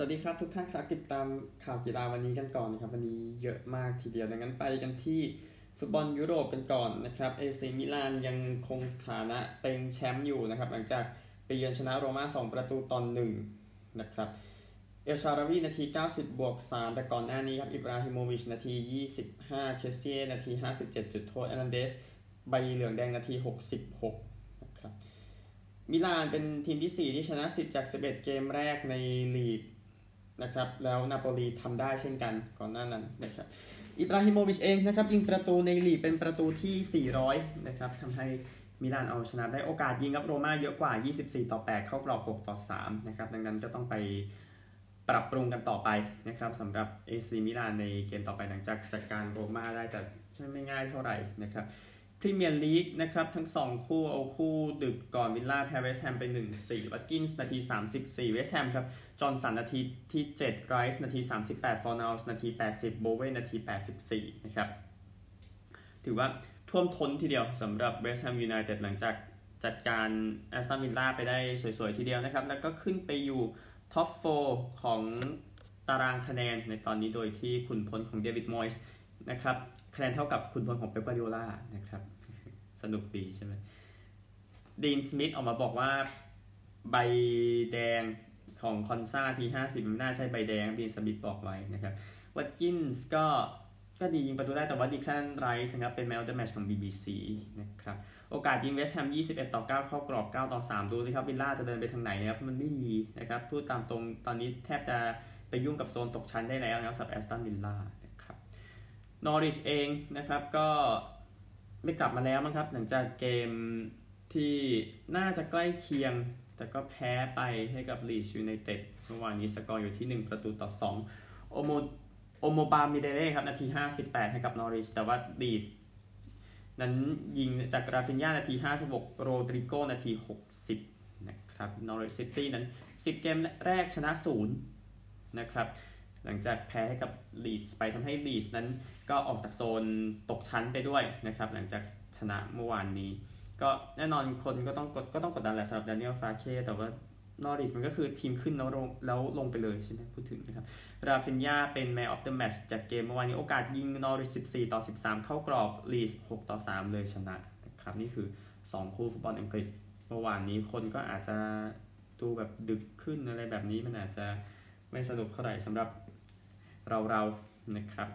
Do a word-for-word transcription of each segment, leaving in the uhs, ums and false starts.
วัสดีครับทุกท่านครับติดตามข่าวกีฬาวันนี้กันก่อนนะครับวันนี้เยอะมากทีเดียวดังนั้นไปกันที่ฟุตบอลยุโรปกันก่อนนะครับเอซีมิลานยังคงสถานะเป็นแชมป์อยู่นะครับหลังจากไปเยือนชนะโรม่าสองประตูต่อหนึ่งนะครับเอลชาราวีนาทีเก้าสิบบวกสามแต่ก่อนหน้านี้ครับอิบราฮิโมวิชนาทียี่สิบห้าเคเซียนาทีห้าสิบเจ็ดจุดโทษแอนันเดสใบเหลืองแดงนาทีหกสิบหกนะครับมิลานเป็นทีมที่สี่ที่ชนะสิบจากสิบเอ็ดเกมแรกในลีกนะครับแล้วนาโปลีทำได้เช่นกันก่อนหน้านั้นนะครับอิบราฮิโมวิชเองนะครับยิงประตูในลีกเป็นประตูที่สี่ร้อยนะครับทำให้มิลานเอาชนะได้โอกาสยิงกับโรม่าเยอะกว่ายี่สิบสี่ต่อแปดเข้ากรอบหกต่อสามนะครับดังนั้นก็ต้องไปปรับปรุงกันต่อไปนะครับสำหรับ เอ ซี มิลานในเกมต่อไปหลังจากจัดการโรม่าได้แต่ใช่ไม่ง่ายเท่าไหร่นะครับพรีเมียร์ลีกนะครับทั้งสองคู่เอาคู่ดึกก่อนวิลล่าแพ้เวสต์แฮมไป หนึ่งสี่ วัตกินส์นาทีสามสิบสี่เวสต์แฮมครับจอห์นสันนาทีที่เจ็ดไรส์นาทีสามสิบแปดฟอร์นัลส์นาทีแปดสิบโบเว่นาทีแปดสิบสี่นะครับถือว่าท่วมท้นทีเดียวสำหรับเวสต์แฮมยูไนเต็ดหลังจากจัดการแอสตันวิลล่าไปได้สวยๆทีเดียวนะครับแล้วก็ขึ้นไปอยู่ท็อปโฟร์ของตารางคะแนนในตอนนี้โดยที่ขุนพลของเดวิดมอยส์นะครับคะแนนเท่ากับขุนพลของเป๊ปกวาร์ดิโอลานะครับสนุกดีใช่ไหมดีนสมิธออกมาบอกว่าใบแดงของคอนซาทีห้าสิบมันน่าใช่ใบแดงดีนสมิธบอกไว้นะครับวัตกินส์ก็ก็ดียิงประตูได้แต่ว่าดีแคลนไรส์นะครับเป็นแมนออฟเดอะแมตช์ของ บี บี ซี นะครับโอกาสยิงเวสต์แฮมยี่สิบเอ็ดต่อเก้าเข้ากรอบเก้าต่อสามดูสิครับวิลล่าจะเดินไปทางไหนนะครับมันไม่ดีนะครับพูดตามตรงตอนนี้แทบจะไปยุ่งกับโซนตกชั้นได้แล้วนะครับสำหรับแอสตันวิลล่านะครับนอริชเองนะครับก็ไม่กลับมาแล้วมั้งครับหลังจากเกมที่น่าจะใกล้เคียงแต่ก็แพ้ไปให้กับลีดส์ยูไนเต็ดเมื่อวานนี้สกอร์อยู่ที่หนึ่งประตูต่อสองโอโมโอโมบามิเดเล่ครับนาทีห้าสิบแปดให้กับนอริชแต่ว่าลีดส์นั้นยิงจากราฟินญานาทีห้าสิบหกโรดริโกนาทีหกสิบนะครับนอริชซิตี้นั้นสิบเกมแรกชนะศูนย์นะครับหลังจากแพ้ให้กับลีดส์ไปทำให้ลีดส์นั้นก็ออกจากโซนตกชั้นไปด้วยนะครับหลังจากชนะเมื่อวานนี้ก็แน่นอนคนก็ต้องกดก็ต้องกดดันแหละสำหรับดานิเอลฟาเคแต่ว่านอริชมันก็คือทีมขึ้นแล้วลงแล้วลงไปเลยใช่ไหมพูดถึงนะครับราฟินญาเป็นแมนออฟเดอะแมตช์จากเกมเมื่อวานนี้โอกาสยิงนอริชสิบสี่ต่อสิบสามเข้ากรอบลีดส์หกต่อสามเลยชนะนะครับนี่คือสองคู่ฟุตบอลอังกฤษเมื่อวานนี้คนก็อาจจะดูแบบดึกขึ้นอะไรแบบนี้มันอาจจะไม่สนุกเท่าไหร่สำหรับเราๆนะครับ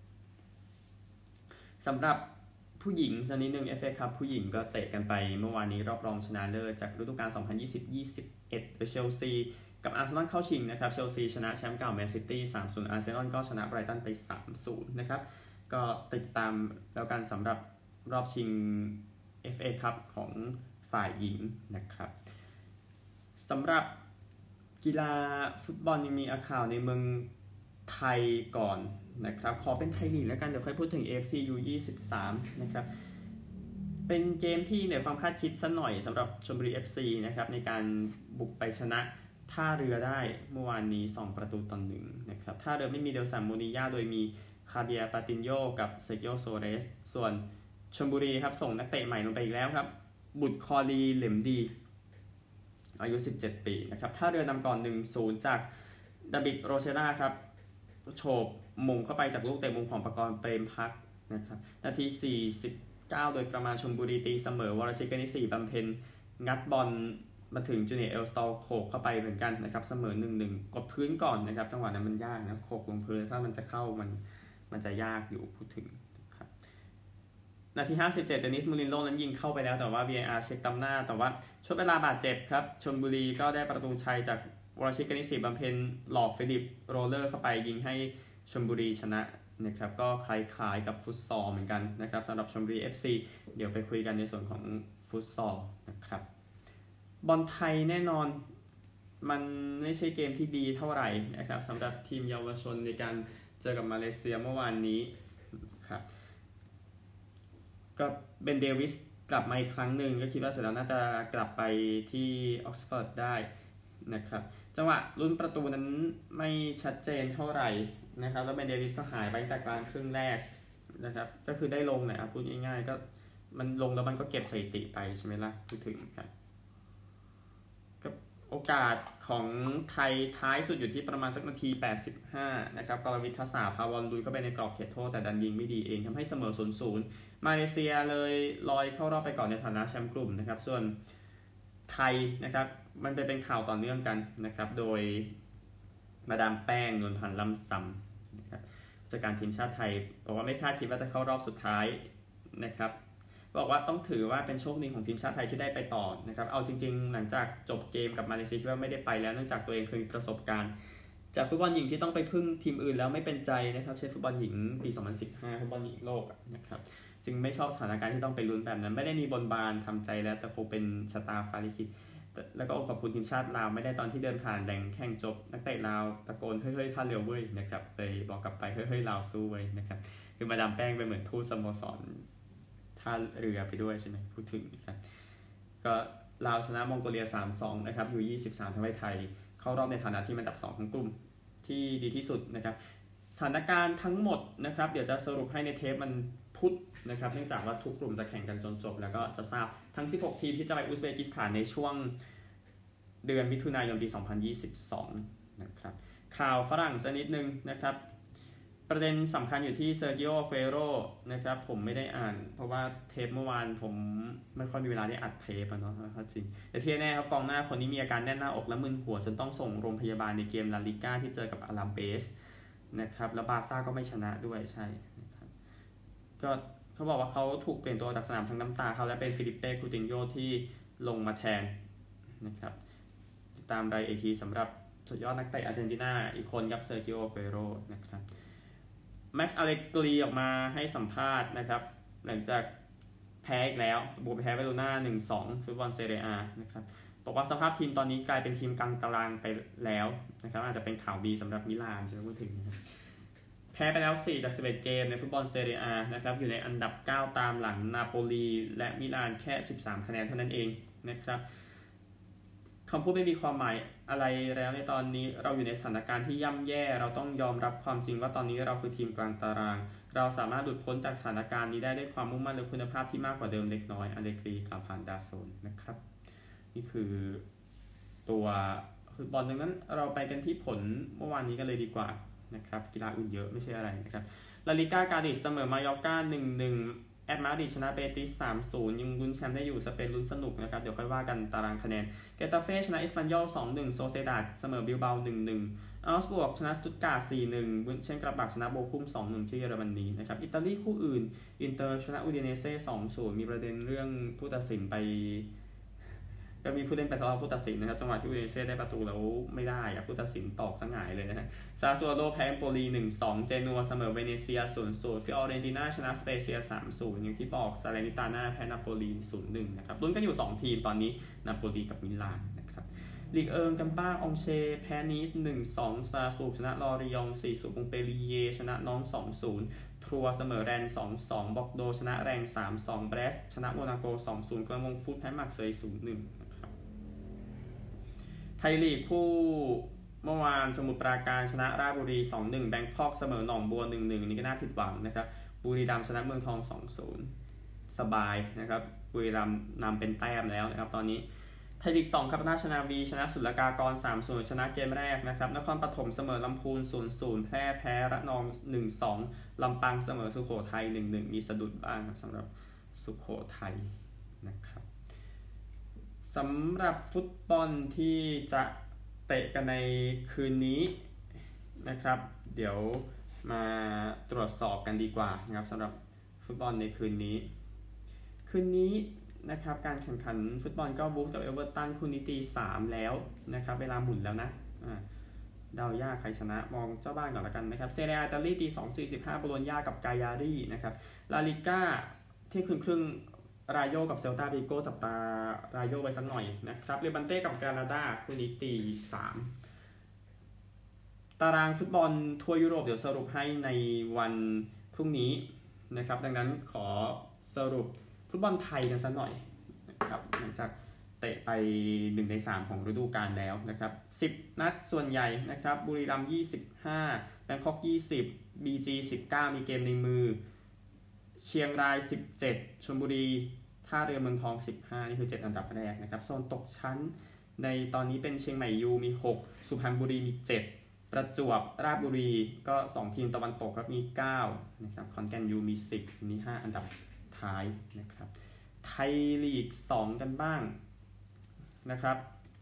สำหรับผู้หญิงสักนิดนึง เอฟ เอ Cup ผู้หญิงก็เตะกันไปเมื่อวานนี้รอบรองชนะเลิศจากฤดูกาล สองพันยี่สิบ ยี่สิบเอ็ด โดยเชลซีกับอาร์เซนอลเข้าชิงนะครับเชลซีชนะแชมป์เก่าแมนซิตี้ สามศูนย์ อาร์เซนอลก็ชนะไบรตันไป สามศูนย์ นะครับก็ติดตามแล้วกันสำหรับรอบชิง เอฟ เอ Cup ของฝ่ายหญิงนะครับสำหรับกีฬาฟุตบอลยังมีข่าวในเมืองไทยก่อนนะครับขอเป็นไทยลีกแล้วกันเดี๋ยวค่อยพูดถึง เอ เอฟ ซี ยู ยี่สิบสามนะครับเป็นเกมที่เหนือความคาดคิดสักหน่อยสำหรับชลบุรี เอฟ ซี นะครับในการบุกไปชนะท่าเรือได้เมื่อวานนี้สองประตูต่อหนึ่งนะครับท่าเรือไม่มีเดลซัมโมนิยาโดยมีคาเบียปาตินโยกับเซกิโอโซเรสส่วนชลบุรีครับส่งนักเตะใหม่ลงไปอีกแล้วครับบุตรคอลีเหลมดีอายุสิบเจ็ดปีนะครับท่าเรือนำก่อน หนึ่งศูนย์ จากดาบิดโรเชล่าครับโฉบมงเข้าไปจากลูกเตะมุมของปกรณ์เปรมพักนะครับนาทีสี่สิบเก้าโดยประมาณชลบุรีตีเสมอวรชิตกนิษฐ์สี่บำเพ็ญงัดบอลมาถึงจูเนียร์เอลสตอลโขกเข้าไปเหมือนกันนะครับเสมอ หนึ่งหนึ่ง กดพื้นก่อนนะครับจังหวะนั้นมันยากนะโขกลงพื้นถ้ามันจะเข้ามันมันจะยากอยู่พูดถึงครับนาทีห้าสิบเจ็ดเดนิสมูรินโญ่นั้นยิงเข้าไปแล้วแต่ว่า วี เอ อาร์ เช็คตำหน้าแต่ว่าช่วงเวลาบาดเจ็บครับชลบุรีก็ได้ประตูชัยจากวรชิตกนิษฐ์สี่บำเพ็ญหลอกฟิลิปโรเลอร์เข้าไปยิงให้ชลบุรีชนะนะครับก็คล้ายๆกับฟุตซอลเหมือนกันนะครับสำหรับชลบุรี เอฟ ซี เดี๋ยวไปคุยกันในส่วนของฟุตซอลนะครับบอลไทยแน่นอนมันไม่ใช่เกมที่ดีเท่าไหร่นะครับสำหรับทีมเยาวชนในการเจอกับมาเลเซียเมื่อวานนี้ครับก็เบนเดวิสกลับมาอีกครั้งหนึ่งก็คิดว่าเสร็จแล้วน่าจะกลับไปที่ออกซฟอร์ดได้นะครับจังหวะลุ้นประตูนั้นไม่ชัดเจนเท่าไหร่นะครับแล้วเบนเดวิสก็หายไปตั้งแต่กลางครึ่งแรกนะครับก็คือได้ลงนะพูดง่ายๆก็มันลงแล้วมันก็เก็บสถิติไปใช่ไหมล่ะพูดถึงครับก็โอกาสของไทยท้ายสุดอยู่ที่ประมาณสักนาทีแปดสิบห้านะครับกรวิทย์ทัศน์ภาวรลุยเข้าไปในกรอบเขตโทษแต่ดันยิงไม่ดีเองทำให้เสมอ ศูนย์ศูนย์ มาเลเซียเลยลอยเข้ารอบไปก่อนในฐานะแชมป์กลุ่มนะครับส่วนไทยนะครับมันไปเป็นข่าวต่อเนื่องกันนะครับโดยมาดามแป้งนวลพันธ์ล่ำซำนะครับผู้จัดการทีมชาติไทยบอกว่าไม่คาดคิดว่าจะเข้ารอบสุดท้ายนะครับบอกว่าต้องถือว่าเป็นโชคดีของทีมชาติไทยที่ได้ไปต่อนะครับเอาจริงๆหลังจากจบเกมกับมาเลเซียคิดว่าไม่ได้ไปแล้วเนื่องจากตัวเองเคยมีประสบการณ์จากฟุตบอลหญิงที่ต้องไปพึ่งทีมอื่นแล้วไม่เป็นใจนะครับเช่นฟุตบอลหญิงปีสองพันสิบห้าฟุตบอลหญิงโลกนะครับจึงไม่ชอบสถานการณ์ที่ต้องไปลุ้นแบบนั้นไม่ได้มีบนบานทำใจแล้วแต่คงเป็นชะตาฟ้าลิขิตแล้วก็ขอบคุณทีมชาติลาวไม่ได้ตอนที่เดินผ่านแหล่งแข่งจบนักเตะลาวตะโกนเฮ้ยเฮ้ยท่าเรือเว้ยนะครับเลยบอกกลับไปเฮ้ยเฮ้ยลาวสู้เว้ยนะครับคือมาดามแป้งเป็นเหมือนทูตสโมสรท่าเรือไปด้วยใช่ไหมพูดถึงนะครับก็ลาวชนะมองโกเลีย สามสอง นะครับอยู่ยี่สิบสามทำให้ไทยเข้ารอบในฐานะที่อันดับสองของกลุ่มที่ดีที่สุดนะครับสถานการณ์ทั้งหมดนะครับเดี๋ยวจะสรุปให้ในเทปมันพุธนะครับเนื่องจากว่าทุกกลุ่มจะแข่งกันจนจบแล้วก็จะทราบทั้งสิบหกทีมที่จะไปอุซเบกิสถานในช่วงเดือนมิถุนายนปีสองพันยี่สิบสองนะครับข่าวฝรั่งสักนิดนึงนะครับประเด็นสำคัญอยู่ที่เซอร์จิโอ เกโรนะครับผมไม่ได้อ่านเพราะว่าเทปเมื่อวานผมไม่ค่อยมีเวลาได้อัดเทปอ่ะเนาะจริงแต่ที่แน่ครับกองหน้าคนนี้มีอาการแน่นหน้าอกและมึนหัวจนต้องส่งโรงพยาบาลในเกมลาลิก้าที่เจอกับอาราเบสนะครับแล้วบาร์ซ่าก็ไม่ชนะด้วยใช่นะครับก็เขาบอกว่าเขาถูกเปลี่ยนตัวจากสนามทั้งน้ำตาเขาและเป็นฟิลิปเป้ คูตินโญที่ลงมาแทนนะครับตามรายเอทีสำหรับสุดยอดนักเตะอาร์เจนตินาอีกคนครับเซอร์จิโอ เกโรนะครับแม็กซ์ อเลกรีออกมาให้สัมภาษณ์นะครับหลังจากแพ้อีกแล้วบุกแพ้เวโรนา หนึ่งสอง ฟุตบอลเซเรีย A นะครับบอกว่าสภาพทีมตอนนี้กลายเป็นทีมกลางตารางไปแล้วนะครับอาจจะเป็นข่าวดีสำหรับมิลานจะพูดถึงนะครับแพ้ไปแล้วสี่จากสิบเอ็ดเกมในฟุตบอลเซเรีย A นะครับอยู่ในอันดับเก้าตามหลังนาโปลีและมิลานแค่สิบสามคะแนนเท่านั้นเองนะครับคำพูดไม่มีความหมายอะไรแล้วในตอนนี้เราอยู่ในสถานการณ์ที่ย่ำแย่เราต้องยอมรับความจริงว่าตอนนี้เราคือทีมกลางตารางเราสามารถหลุดพ้นจากสถานการณ์นี้ได้ด้วยความมุ่งมั่นและคุณภาพที่มากกว่าเดิมเล็กน้อยอเลกรีกล่าวผ่านดาโซนนะครับนี่คือตัวฟุตบอลดังนั้นเราไปกันที่ผลเมื่อวานนี้กันเลยดีกว่านะครับกีฬาอื่นเยอะไม่ใช่อะไรนะครับลาลิก้ากาดิสเสมอมายอร์ก้า หนึ่งหนึ่งแอตมาดริดชนะเบติส สามศูนย์ ยังลุ้นแชมป์ได้อยู่สเปนลุ้นสนุกนะครับเดี๋ยวค่อยว่ากันตารางคะแนนเกตาเฟ่ชนะเอสปันยอล สองหนึ่ง โซเซดาดเสมอบิลเบา หนึ่งหนึ่ง อัลส์บวกชนะสตุตการ์ด สี่หนึ่ง บุนเชนกระบักชนะโบคุม สองหนึ่ง ที่เยอรมนีนะครับอิตาลีคู่อื่นอินเตอร์ชนะอูดิเนเซ่ สองศูนย์ มีประเด็นเรื่องผู้ตัดสินไปก็มีผู้เล่นไปทะเลาะผู้ตัดสินนะครับจังหวะที่อูดิเนเซ่ได้ประตูแล้วไม่ได้ผู้ตัดสินตอกซะหงายเลยนะฮะซาซัวโรแพ้โปลี หนึ่งสอง เจนัวเสมอเวเนเซีย ศูนย์ศูนย์ ฟิออเรนติน่าชนะสเปเซีย สามศูนย์ อย่างที่บอกซาเลนิตาน่าแพ้นาโปลี ศูนย์หนึ่ง นะครับลุ้นกันอยู่สองทีมตอนนี้นาโปลีกับมิลานนะครับลีกเอิงกัมป้าองเชแพ้นีส หนึ่งสอง ซาสูบชนะลอริยอง สี่ศูนย์ ปงเปรีเยชนะน้อง สองศูนย์ ทรัวเสมอแรน สองสอง บอกโดชนะแรง สามสอง เบรสชนะโมนาโก สองศูนย์ กระมงฟุตแพ้มักเซย ศูนย์หนึ่ง นะครับไทยลีกคู่เมื่อวานสมุทรปราการชนะราชบุรี สองหนึ่ง แบงคอกเสมอหนองบัว หนึ่งหนึ่ง นี่ก็น่าผิดหวังนะครับบุรีรัมย์ชนะเมืองทอง สองศูนย์ สบายนะครับบุรีรัมย์นำเป็นแต้มแล้วนะครับตอนนี้ไทยลีกสองครับราชนาวีชนะศุลกากร สามศูนย์ ชนะเกมแรกนะครับนครปฐมเสมอลำพูน ศูนย์ศูนย์ แพร่แพ้ระนอง หนึ่งสอง ลำปางเสมอสุโขทัย หนึ่งหนึ่ง มีสะดุดบ้างครับสำหรับสุโขทัยนะครับสำหรับฟุตบอลที่จะเตะกันในคืนนี้นะครับเดี๋ยวมาตรวจสอบกันดีกว่านะครับสำหรับฟุตบอลในคืนนี้คืนนี้นะครับการแข่งขันฟุตบอลก็วูฟกับเอเวอร์ตันคู่นี้ตีสามแล้วนะครับเวลาหมุนแล้วนะเดายากใครชนะมองเจ้าบ้านก่อนละกันนะครับเซเรียอิตาลีตีสอง สี่สิบห้าโบโลญญากับกายารีนะครับลาลิก้าที่คืนครึ่งรายโยกับเซลตาวิโก้จับตารายโยไว้สักหน่อยนะครับเรบันเต้กับกรานาดาคู่นี้ตีสามตารางฟุตบอลทั่วยุโรปเดี๋ยวสรุปให้ในวันพรุ่งนี้นะครับดังนั้นขอสรุปฟุตบอลไทยกันสักหน่อยนะครับหลังจากเตะไปหนึ่งในสามของฤดูกาลแล้วนะครับสิบนัดส่วนใหญ่นะครับบุรีรัมย์ยี่สิบห้าแบงคอกยี่สิบ บี จี สิบเก้ามีเกมในมือเชียงรายสิบเจ็ดชลบุรีท่าเรือเมืองทองสิบห้านี่คือเจ็ดอันดับแรกนะครับโซนตกชั้นในตอนนี้เป็นเชียงใหม่ยูมีหกสุพรรณบุรีมีเจ็ดประจวบราชบุรีก็สองทีมตะวันตกครับมีเก้านะครับขอนแก่นยูมีสิบมีห้าอันดับท้ายนะครับไทยลีกสองกันบ้างนะครับ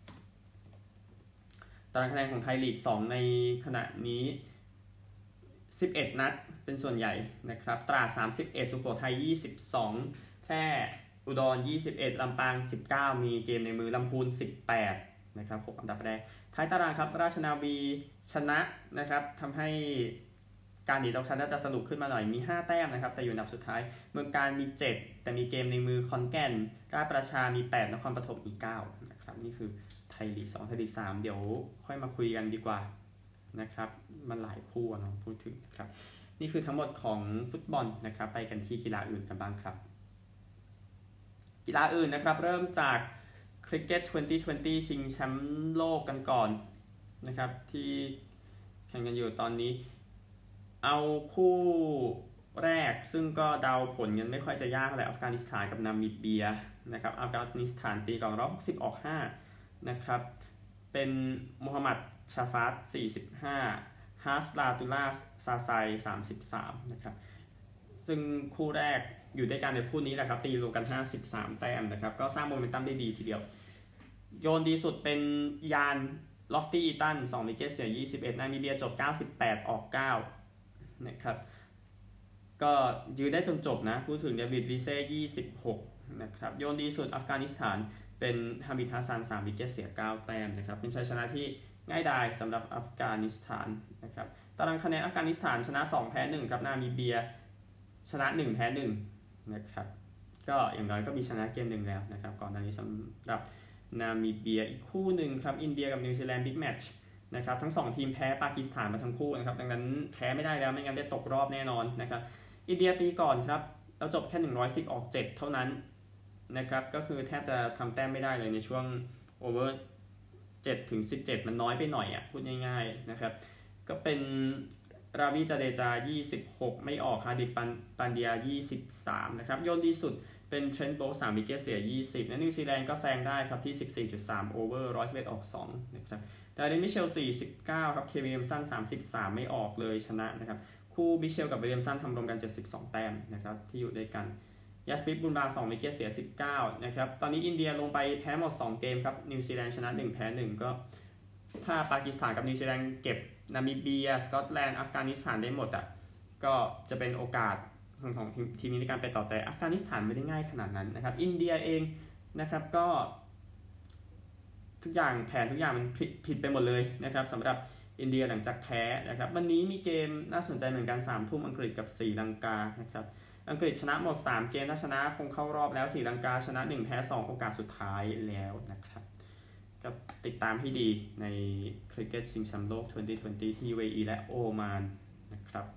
ตารางคะแนนของไทยลีกสองในขณะนี้สิบเอ็ดนัดเป็นส่วนใหญ่นะครับตราดสามสิบเอ็ดสุโขทัยยี่สิบสองแพร่อุดรยี่สิบเอ็ดลำปางสิบเก้ามีเกมในมือลำพูนสิบแปดนะครับหกอันดับแรกท้ายตารางครับราชนาวีชนะนะครับทำให้การหนีตกชั้นน่าจะสนุกขึ้นมาหน่อยมีห้าแต้มนะครับแต่อยู่อันดับสุดท้ายเมืองการมีเจ็ดแต่มีเกมในมือขอนแก่นราชประชามีแปดนครปฐมมีเก้านะครับนี่คือไทยลีกสองไทยลีกสามเดี๋ยวค่อยมาคุยกันดีกว่านะครับมันหลายคู่เนาะพูดถึงนะครับนี่คือทั้งหมดของฟุตบอลนะครับไปกันที่กีฬาอื่นกันบ้างครับกีฬาอื่นนะครับเริ่มจากคริกเก็ตยี่สิบยี่สิบชิงแชมป์โลกกันก่อนนะครับที่แข่งกันอยู่ตอนนี้เอาคู่แรกซึ่งก็เดาผลกันไม่ค่อยจะยากเลยอัฟกานิสถานกับนามิเบียนะครับอัฟกานิสถานตีก่อนร้อยหกสิบออกห้านะครับเป็นมูฮัมหมัดชาซัดสี่สิบห้าฮาสลาตุลาซาไซสามสิบสามนะครับซึ่งคู่แรกอยู่ด้วยกันในคู่นี้แหละครับตีรวมกันห้าสิบสามแต้มนะครับก็สร้างโมเมนตัมได้ดีทีเดียวโยนดีสุดเป็นยานลอฟตี้อีตันสองวิกเก็ตเสียยี่สิบเอ็ดนามิเบียจบเก้าสิบแปดออกเก้านะครับก็ยืนได้จนจบนะพูดถึงเดวิดลิเซ่ยี่สิบหกนะครับโยนดีสุดอัฟกานิสถานเป็นฮามิดฮัสซันสามวิกเก็ตเสียเก้าแต้มนะครับเป็นชัยชนะที่ง่ายดายสำหรับอัฟกานิสถานนะครับตารางคะแนนอัฟกานิสถานชนะสองแพ้หนึ่งครับนามิเบียชนะหนึ่งแพ้หนึ่งนะครับก็อย่างน้อยก็มีชนะเกมหนึ่งแล้วนะครับก่อนหน้านี้สำหรับนามิเบียอีกคู่หนึ่งครับอินเดียกับนิวซีแลนด์บิ๊กแมตช์นะครับทั้งสองทีมแพ้ปากีสถานมาทั้งคู่นะครับดังนั้นแพ้ไม่ได้แล้วไม่งั้นได้ตกรอบแน่นอนนะครับอินเดียตีก่อนครับแล้วจบแค่หนึ่งร้อยสิบออกเจ็ดเท่านั้นนะครับก็คือแทบจะทำแต้มไม่ได้เลยในช่วงโอเวอร์เจ็ดถึงสิบเจ็ดมันน้อยไปหน่อยอ่ะพูดง่ายๆนะครับก็เป็นราวิจาเดจายี่สิบหกไม่ออกฮาดิปันปันเดียยี่สิบสามนะครับโยนดีสุดเป็นเทรนต์โบลต์สามวิกเก็ตเสียยี่สิบและนิวซีแลนด์ก็แซงได้ครับที่ สิบสี่จุดสาม โอเวอร์หนึ่งร้อยสิบเอ็ดออกสองนะครับแต่เดนมิเชลสี่สิบเก้าครับเควิลเลียมสันสามสิบสามไม่ออกเลยชนะนะครับคู่มิเชลกับวิลเลียมสันทำรวมกันเจ็ดสิบสองแต้มนะครับที่อยู่ด้วยกันยาสปิฟบุนบาสองวิกเก็ตเสียสิบเก้านะครับตอนนี้อินเดียลงไปแพ้หมดสองเกมครับนิวซีแลนด์ชนะหนึ่งแพ้หนึ่งก็ถ้าปากีสถานกับนิวซีแลนด์เก็บนามิเบียสกอตแลนด์อัฟกานิสถานได้หมดอ่ะก็จะเป็นโอกาสของสองทีมนี้ในการไปต่อแต่อัฟกานิสถานไม่ได้ง่ายขนาดนั้นนะครับอินเดียเองนะครับก็ทุกอย่างแผนทุกอย่างมันผิดผิดไปหมดเลยนะครับสำหรับอินเดียหลังจากแพ้นะครับวันนี้มีเกมน่าสนใจเหมือนกันสามทุ่มอังกฤษกับศรีลังกานะครับอังกฤษชนะหมดสามเกมถ้าชนะคงเข้ารอบแล้วศรีลังกาชนะหนึ่งแพ้สองโอกาสสุดท้ายแล้วนะครับก็ติดตามให้ดีในคริกเก็ตชิงแชมป์โลกยี่สิบยี่สิบที่ ยู เอ อี และโอมานนะครับ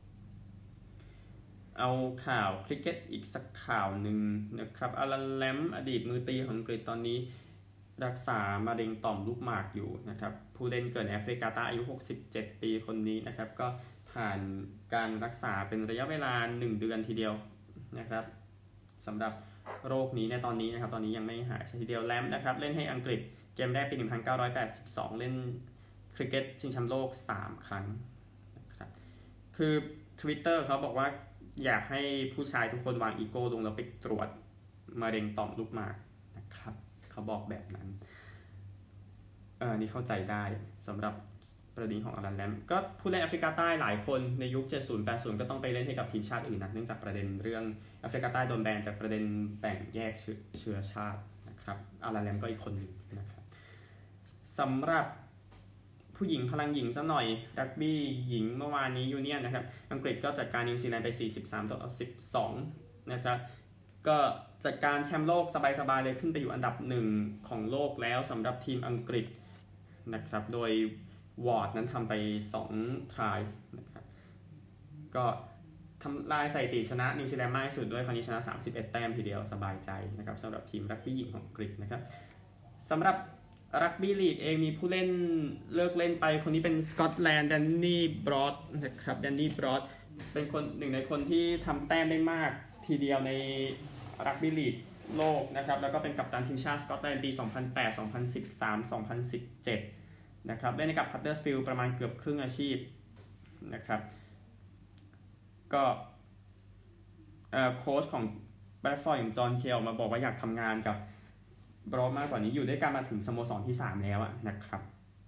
เอาข่าวคริกเก็ตอีกสักข่าวหนึ่งนะครับอารันแลมอดีตมือตีของอังกฤษตอนนี้รักษามะเร็งต่อมลูกหมากอยู่นะครับผู้เล่นเกิดในแอฟริกาใต้อายุหกสิบเจ็ดปีคนนี้นะครับก็ผ่านการรักษาเป็นระยะเวลาหนึ่งเดือนทีเดียวนะครับสำหรับโรคนี้ในตอนนี้นะครับตอนนี้ยังไม่หายทีเดียวแลมนะครับเล่นให้อังกฤษเกมแรกปีหนึ่งพันเก้าร้อยแปดสิบสองเล่นคริกเก็ตชิงแชมป์โลกสามครั้งนะครับคือ Twitter เขาบอกว่าอยากให้ผู้ชายทุกคนวางอีโก้ลงแล้วไปตรวจมะเร็งต่อมลูกหมากนะครับเขาบอกแบบนั้นเออนี่เข้าใจได้สำหรับประเด็นของอารันแลมก็ผู้เล่นแอฟริกาใต้หลายคนในยุคเจ็ดสิบ แปดสิบก็ต้องไปเล่นให้กับทีมชาติอื่นนะเนื่องจากประเด็นเรื่องแอฟริกาใต้โดนแบนจากประเด็นแบ่งแยกเชื้อชาตินะครับอารันแลมก็อีกคนหนึ่งนะครับสำหรับผู้หญิงพลังหญิงซะหน่อยรักบี้หญิงเมื่อวานนี้ยูเนียนนะครับอังกฤษก็จัดการนิวซีแลนด์ไปสี่สิบสามต่อสิบสองนะครับก็จัดการแชมป์โลกสบายๆเลยขึ้นไปอยู่อันดับหนึ่งของโลกแล้วสำหรับทีมอังกฤษนะครับโดยวอร์ดนั้นทำไปสองทรายนะครับก็ทำลายสถิติชนะนิวซีแลนด์มากที่สุดด้วยคราวนี้ชนะสามสิบเอ็ดแต้มทีเดียวสบายใจนะครับสำหรับทีมรักบี้หญิงของอังกฤษนะครับสำหรับรักบี้ลีกเองมีผู้เล่นเลิกเล่นไปคนนี้เป็นสกอตแลนด์แดนนี่บรอดนะครับแดนนี่บรอดเป็นคนหนึ่งในคนที่ทำแต้มได้มากทีเดียวในรักบี้ลีกโลกนะครับแล้วก็เป็นกัปตันทีมชาติสกอตแลนด์ปีสองพันแปด สองพันสิบสาม สองพันสิบเจ็ดนะครับเล่นกับฮัตเดอร์สฟิลด์ประมาณเกือบครึ่งอาชีพนะครับก็โค้ชของแบรดฟอร์ดอย่างจอห์นเคลมาบอกว่าอยากทำงานกับบรอมากกว่านี้อยู่ด้วยกันมาถึงสโมสรที่สามแล้วนะครับ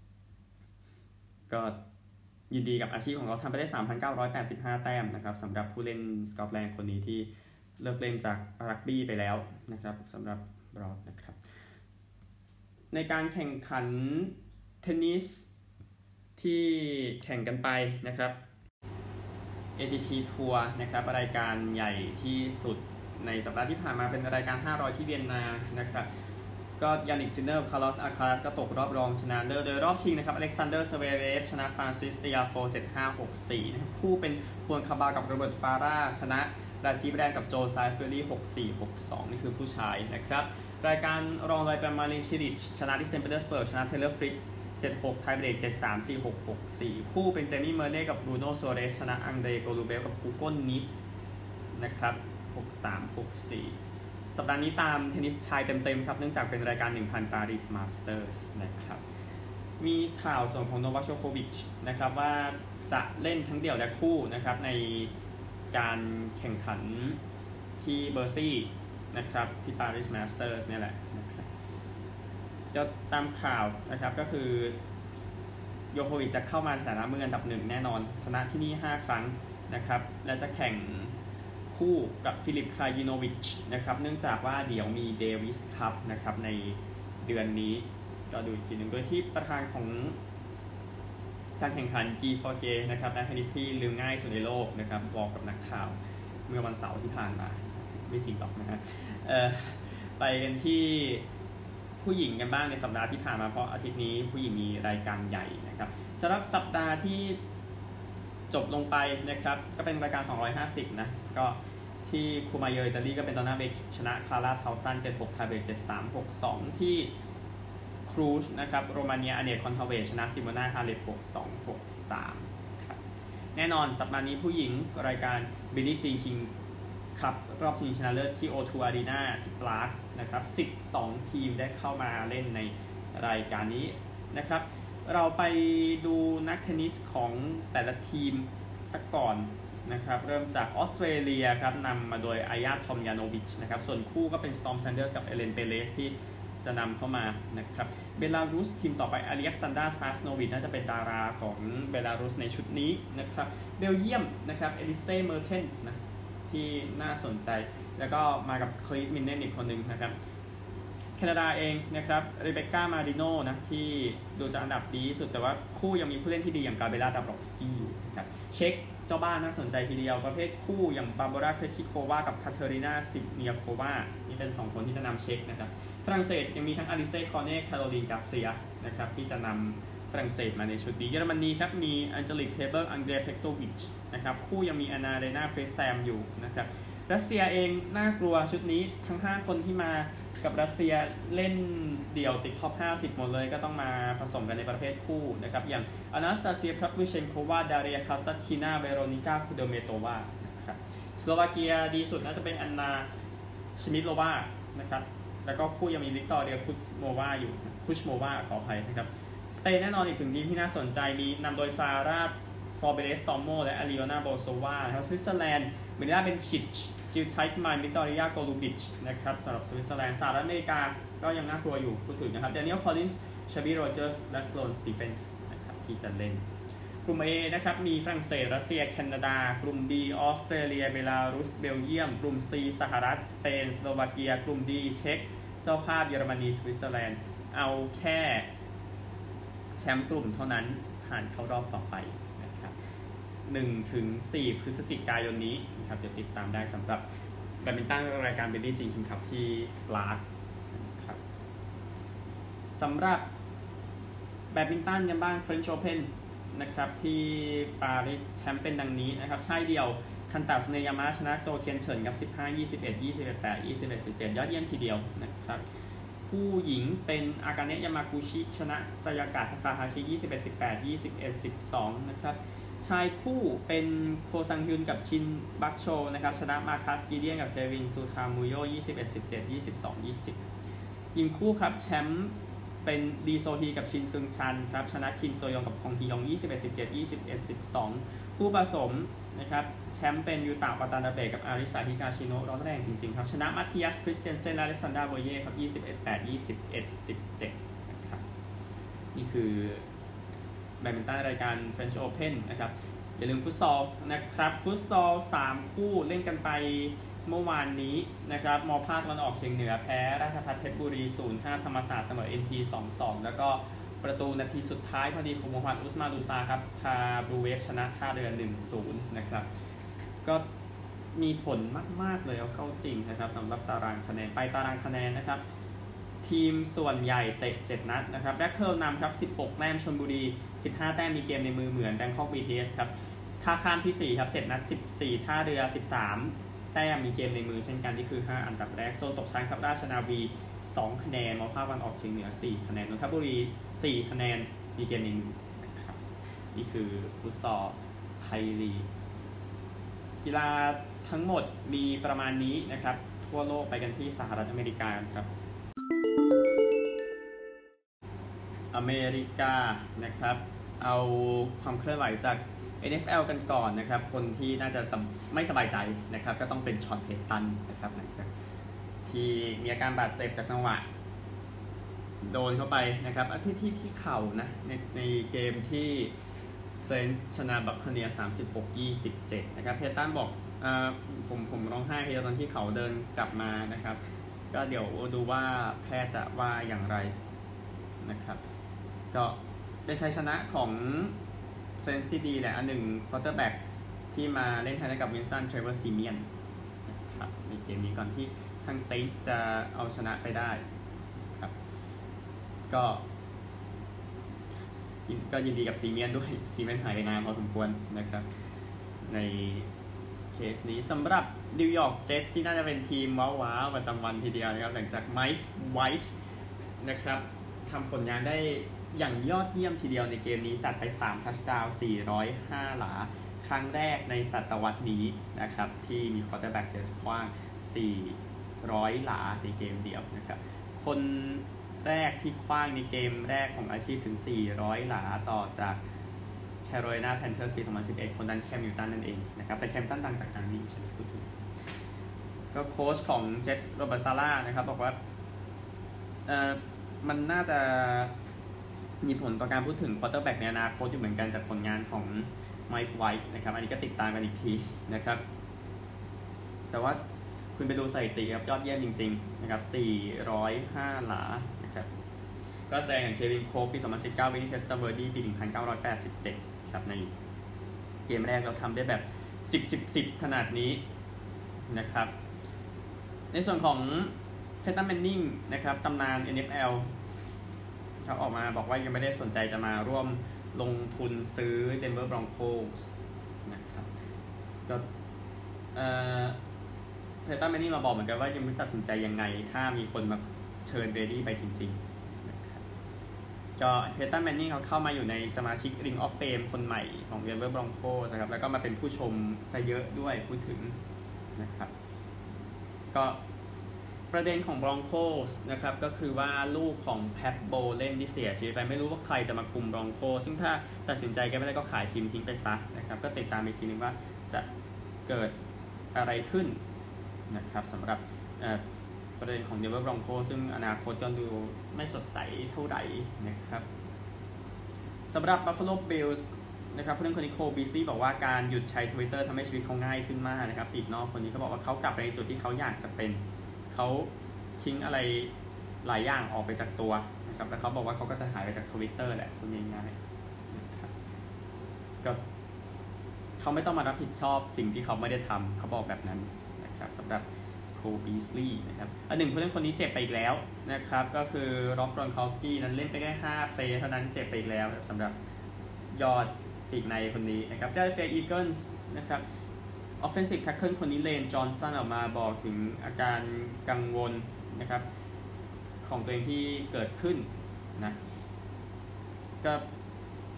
ก็ยินดีกับอาชีพของเขาทำไปได้ สามพันเก้าร้อยแปดสิบห้า แต้มนะครับสำหรับผู้เล่นสกอตแลนด์คนนี้ที่เลิกเล่นจากรักบี้ไปแล้วนะครับสำหรับบรอดนะครับในการแข่งขันเทนนิสที่แข่งกันไปนะครับ เอ ที พี ทัวร์นะครับรายการใหญ่ที่สุดในสัปดาห์ที่ผ่านมาเป็นรายการห้าร้อยที่เวียนนานะครับก็ยานิกซินเนอร์คาร์ลอสอาคารัสก็ตกรอบรองชนะเลิศโดยรอบชิงนะครับอเล็กซานเดอร์สเวเรฟชนะฟรานซิสเตียโฟ เจ็ดห้า หกสี่ นะครับคู่เป็นฮวนคาบากับโรเบิร์ตฟาร่าชนะราจีแบรนด์กับโจไซส์เบอรี่ หกสี่ หกสอง นี่คือผู้ชายนะครับรายการรองรายเป็นมารินชิริชชนะที่เซนต์ปีเตอร์สเบิร์กชนะเทเลอร์ฟริตซ์เจ็ดหก ไทเบรก เจ็ดสาม สี่หก หกสี่ คู่เป็นเจมี่เมอร์เน่กับบรูโน่ซัวเรสชนะอังเดรโกลูเบลกับฮูโก้นิทส์นะครับหกสาม หกสี่สัปดาห์นี้ตามเทนนิสชายเต็มๆครับเนื่องจากเป็นรายการ หนึ่งพัน ปารีสมาสเตอร์สนะครับมีข่าวส่วนของโนวาค โจโควิชนะครับว่าจะเล่นทั้งเดี่ยวและคู่นะครับในการแข่งขันที่เบอร์ซี่นะครับที่ปารีสมาสเตอร์สเนี่ยแหละนะครับก็ตามข่าวนะครับก็คือโยโควิชจะเข้ามาในฐานะมืออันดับหนึ่งแน่นอนชนะที่นี่ห้าครั้งนะครับและจะแข่งคู่กับฟิลิป คลายิโนวิชนะครับเนื่องจากว่าเดี๋ยวมีเดวิสคัพนะครับในเดือนนี้ก็ดูอีกทีหนึ่งโดยที่ประธานของการแข่งขันกีฟอร์เกนะครับนักเทนนิสที่ลืมง่ายสุดในโลกนะครับบอกกับนักข่าวเมื่อวันเสาร์ที่ผ่านมาไม่จริงหรอกนะฮะไปกันที่ผู้หญิงกันบ้างในสัปดาห์ที่ผ่านมาเพราะอาทิตย์นี้ผู้หญิงมีรายการใหญ่นะครับสำหรับสัปดาห์ที่จบลงไปนะครับก็เป็นรายการสองร้อยห้าสิบนะก็ที่คูมาเยอร์อิตาลีก็เป็นตอนหน้าเบคชนะคลาร่าเทาซัน เจ็ดหก ไทเบรก เจ็ดสาม หกสอง ที่ครูชนะครับโรมาเนียอเนตคอนทาเวชชนะซิโมนาฮาเลป หกสอง หกสามครับแน่นอนสัปดาห์นี้ผู้หญิงรายการบิลลี่จีนคิงครับรอบชิงชนะเลิศที่ โอ ทู Arena ที่ปรากนะครับสิบสองทีมได้เข้ามาเล่นในรายการนี้นะครับเราไปดูนักเทนนิสของแต่ละทีมสักก่อนนะครับเริ่มจากออสเตรเลียครับนำมาโดยอายาทอมยาโนวิชนะครับส่วนคู่ก็เป็นสตอร์มแซนเดอร์สกับเอเลนเปเรสที่จะนำเข้ามานะครับเบลารุสทีมต่อไปอเล็กซานดราซาสโนวิชน่าจะเป็นดาราของเบลารุสในชุดนี้นะครับเบลเยียมนะครับเอลิเซ่เมอร์เทนส์นะที่น่าสนใจแล้วก็มากับคลีฟมินเนนอีกคนหนึ่งนะครับแคนาดาเองนะครับรีเบคก้ามาริโนนะที่ดูจะอันดับดีสุดแต่ว่าคู่ยังมีผู้เล่นที่ดีอย่างกาเบล่าดาบรอฟสกี้นะครับเช็คเจ้าบ้านน่าสนใจทีเดียวประเภทคู่อย่างบาร์บาร่าเครชิโควากับคาเทอรีนาซิเนียโควานี่เป็นสองคนที่จะนำเช็คนะครับฝรั่งเศสยังมีทั้งอลิเซ่คอร์เน่คาโรลีนกาเซียนะครับที่จะนำฝรั่งเศสมาในชุดนี้เยอรมนีครับมีอันเจลิกเทเบิลอังเดรียเพกโตวิชนะครับคู่ยังมีอานาเรนาเฟสแซมอยู่นะครับรัสเซียเองน่ากลัวชุดนี้ทั้งห้าคนที่มากับรัสเซียเล่นเดี่ยวติดท็อปห้าสิบหมดเลยก็ต้องมาผสมกันในประเภทคู่นะครับอย่างอนาสตาเซียพราวิเชนโควาดาเรียคาซัตคินาเวโรนิก้าคูเดเมโตวานะครับสโลวาเกียดีสุดน่าจะเป็นอันนาชมิดโลวานะครับแล้วก็คู่ยังมีวิกตอเรียคุชโมวาอยู่คุชโมวาขออภัยนะครับสเปนแน่นอนอีกถึงทีมที่น่าสนใจมีนำโดยซาร่าซอเบเรสตอมโมและอาริโอนาโบโซวานะครับสวิตเซอร์แลนด์เมลิน่าเบนชิชจิลไทป์มันวิกตอริยาโกลูบิชนะครับสำหรับสวิตเซอร์แลนด์สหรัฐอเมริกาก็ยังน่ากลัวอยู่พูดถึงนะครับเดนิเอลคอลลินส์ชาบีโรเจอร์สและสโลนสตีเฟนส์นะครับที่จะเล่นกลุ่ม A นะครับมีฝรั่งเศสรัสเซียแคนาดากลุ่ม B ออสเตรเลียเบลารุสเบลเยียมกลุ่ม C สหรัฐสเปนสโลวาเกียกลุ่ม D เช็กเจ้าภาพเยอรมนีสวิตเซอร์แลนด์เอาแค่แชมป์กลุ่มเท่านั้นผ่านเข้ารอบต่อไปนะครับหนึ่งถึงสี่พฤศจิกายนนี้นะครับเดี๋ยวติดตามได้สำหรับแบดมินตันรายการบิลลี่จีนคิงคัพที่ปรากครับสำหรับแบดมินตันกันบ้าง French Open นะครับที่ปารีสแชมป์เป็นดังนี้นะครับชายเดี่ยวคันตาสเนยามะชนะโจเคียนเฉินกับสิบห้า ยี่สิบเอ็ด ยี่สิบเอ็ด แปด ยี่สิบเอ็ด สิบเจ็ดยอดเยี่ยมทีเดียวนะครับผู้หญิงเป็นอากาเนะยามากุชิชนะซายากะทาคาฮาชิยี่สิบเอ็ด สิบแปด ยี่สิบเอ็ด สิบสองนะครับชายคู่เป็นโคซังฮึนกับชินบักโชนะครับชนะมาคัสกิเดียนกับเควินซูทามุโย ยี่สิบเอ็ด สิบเจ็ด ยี่สิบสอง ยี่สิบ ยิงคู่ครับแชมป์เป็นดีโซฮีกับชินซึงชันครับชนะคิมโซยองกับคองฮียอง ยี่สิบเอ็ด สิบเจ็ด ยี่สิบเอ็ด สิบสอง คู่ผสมนะครับแชมป์เป็นยูตะวาตานาเบะกับอาริสาฮิกาชิโนะร้อนแรงจริงๆครับชนะมัตติยัสคริสเตนเซนและอเล็กซานดราโบเย่ครับ ยี่สิบเอ็ด แปด ยี่สิบเอ็ด สิบเจ็ด นะครับนี่คือแบดมินตันรายการ French Open นะครับอย่าลืมฟุตซอลนะครับฟุตซอลสามคู่เล่นกันไปเมื่อวานนี้นะครับมอภาคตะวันออกเฉียงเหนือแพ้ราชภัฏเพชรบุรี ศูนย์ห้า ธรรมศาสตร์เสมอ เอ็น ที สองสอง แล้วก็ประตูนาทีสุดท้ายพอดีของโมฮัมหมัดอุสมานูซาครับพาบลูเวฟชนะท่าเรือ หนึ่งศูนย์ นะครับก็มีผลมากๆเลยเอาเข้าจริงนะครับสำหรับตารางคะแนนไปตารางคะแนนนะครับทีมส่วนใหญ่เตะเจ็ดนัดนะครับแบล็คเพิร์ลนำครับสิบหกแต้มชลบุรีสิบห้าแต้มมีเกมในมือเหมือนแบงคอก บี ที เอส ครับท่าข้ามที่สี่ครับเจ็ดนัดสิบสี่ท่าเรือสิบสามแต้มมีเกมในมือเช่นกันที่คือห้าอันดับแรกโซนตกชั้นครับราชนาวีสองคะแนนมอภาคตะวันออกเฉียงเหนือสี่คะแนนนนทบุรีสี่คะแนนมีเกมในมือนะครับนี่คือฟุตซอลไทยลีกกีฬาทั้งหมดมีประมาณนี้นะครับทั่วโลกไปกันที่สหรัฐอเมริกาครับอเมริกานะครับเอาความเคลื่อนไหวจาก เอ็น เอฟ แอล กันก่อนนะครับคนที่น่าจะไม่สบายใจนะครับก็ต้องเป็นชอนเพตันนะครับหลังจากที่มีอาการบาดเจ็บจากจังหวะโดนเข้าไปนะครับที่ที่ที่เข่านะในในเกมที่เซนส์ชนะบัคคาเนียร์ สามสิบหก ยี่สิบเจ็ด นะครับเพตันบอกอ่าผมผมร้องไห้ทีตอนที่เขาเดินกลับมานะครับก็เดี๋ยวดูว่าแพทย์จะว่าอย่างไรนะครับก็เป็นชัยชนะของเซนส์ที่ดีแหละอันหนึ่งควอเตอร์แบ็กที่มาเล่นแทนกับวินสตันเทรเวอร์ซีเมียนนะครับในเกมนี้ก่อนที่ทางเซนส์จะเอาชนะไปได้ครับก็ก็ยินดีกับซีเมียนด้วยซีเมียนหายไปนานพอสมควรนะครับในเคสนี้สำหรับนิวยอร์กเจ็ตที่น่าจะเป็นทีมว้าวๆประจำวันทีเดียวนะครับหลังจากไมค์ไวท์นะครับทำผลงานได้อย่างยอดเยี่ยมทีเดียวในเกมนี้จัดไปสามทัชดาวน์สี่ร้อยห้าหลาครั้งแรกในศตวรรษนี้นะครับที่มีควอเตอร์แบ็กเจ็ตคว้างสี่ร้อยหลาในเกมเดียวนะครับคนแรกที่คว้างในเกมแรกของอาชีพถึงสี่ร้อยหลาต่อจากแคโรไลนาแพนเทอร์สปีสองพันสิบเอ็ดคนนั้นแคมนิวตันนั่นเองนะครับแต่แคมนิวตันดังจากการนี้ใช่ไหมพูดถึงก็โค้ชของเจ็ตโรเบิร์ตซาร่านะครับบอกว่าเอ่อมันน่าจะมีผลต่อการพูดถึงควอเตอร์แบ็กในอนาคตอยู่เหมือนกันจากผลงานของไมค์ไวท์นะครับอันนี้ก็ติดตามกันอีกทีนะครับแต่ว่าคุณไปดูสถิติครับยอดเยี่ยมจริงๆนะครับสี่ร้อยห้าหลานะครับก็แซงอย่างเควินโคปีสองพันสิบเก้าวินนี่เทสต์เวอร์ดี้ปีหนึ่งพันเก้าร้อยแปดสิบเจ็ดครับในเกมแรกเราทำได้แบบสิบ สิบ สิบขนาดนี้นะครับในส่วนของเพตันแมนนิงนะครับตำนาน เอ็น เอฟ แอล เขาออกมาบอกว่ายังไม่ได้สนใจจะมาร่วมลงทุนซื้อ Denver Broncos นะครับก็เอ่อเพตันแมนนิงมาบอกเหมือนกันว่ายังไม่ตัดสินใจยังไงถ้ามีคนมาเชิญเบรดี้ไปจริงๆนะครับก็เพตันแมนนิงเขาเข้ามาอยู่ในสมาชิก Ring of Fame คนใหม่ของ Denver Broncos นะครับแล้วก็มาเป็นผู้ชมซะเยอะด้วยพูดถึงนะครับก็ประเด็นของ Broncos นะครับก็คือว่าลูกของแพทโบเล่นที่เสียชีวิตไปไม่รู้ว่าใครจะมาคุม Broncos ซึ่งถ้าตัดสินใจกันไม่ได้ก็ขายทีมทิ้งไปซะนะครับก็ติดตามอีกทีนึงว่าจะเกิดอะไรขึ้นนะครับสำหรับประเด็นของ Denver Broncos ซึ่งอนาคตก็ดูไม่สดใสเท่าไหร่นะครับสำหรับ Buffalo Bills นะครับผู้เล่นคนนี้โคบีซี่บอกว่าการหยุดใช้ Twitter ทำให้ชีวิตเขาง่ายขึ้นมากนะครับปีกนอกคนนี้เขาบอกว่าเขากลับไปในจุดที่เขาอยากจะเป็นเขาทิ้งอะไรหลายอย่างออกไปจากตัวนะครับแล้วเขาบอกว่าเขาก็จะหายไปจาก Twitter แหละพูดง่ายๆนะครับก็เขาไม่ต้องมารับผิดชอบสิ่งที่เขาไม่ได้ทำเขาบอกแบบนั้นนะครับสำหรับโคบีซี่นะครับอันหนึ่งผู้เล่นคนนี้เจ็บไปอีกแล้วนะครับก็คือร็อบรอนคอสกี้นั้นเล่นไปแค่ห้าเพลย์เท่านั้นเจ็บไปอีกแล้วสำหรับยอดปีกในคนนี้นะครับฟิลาเดลเฟียอีเกิลส์นะครับ Offensive Tackle คนนี้เลนจอห์นสันออกมาบอกถึงอาการกังวลนะครับของตัวเองที่เกิดขึ้นนะก็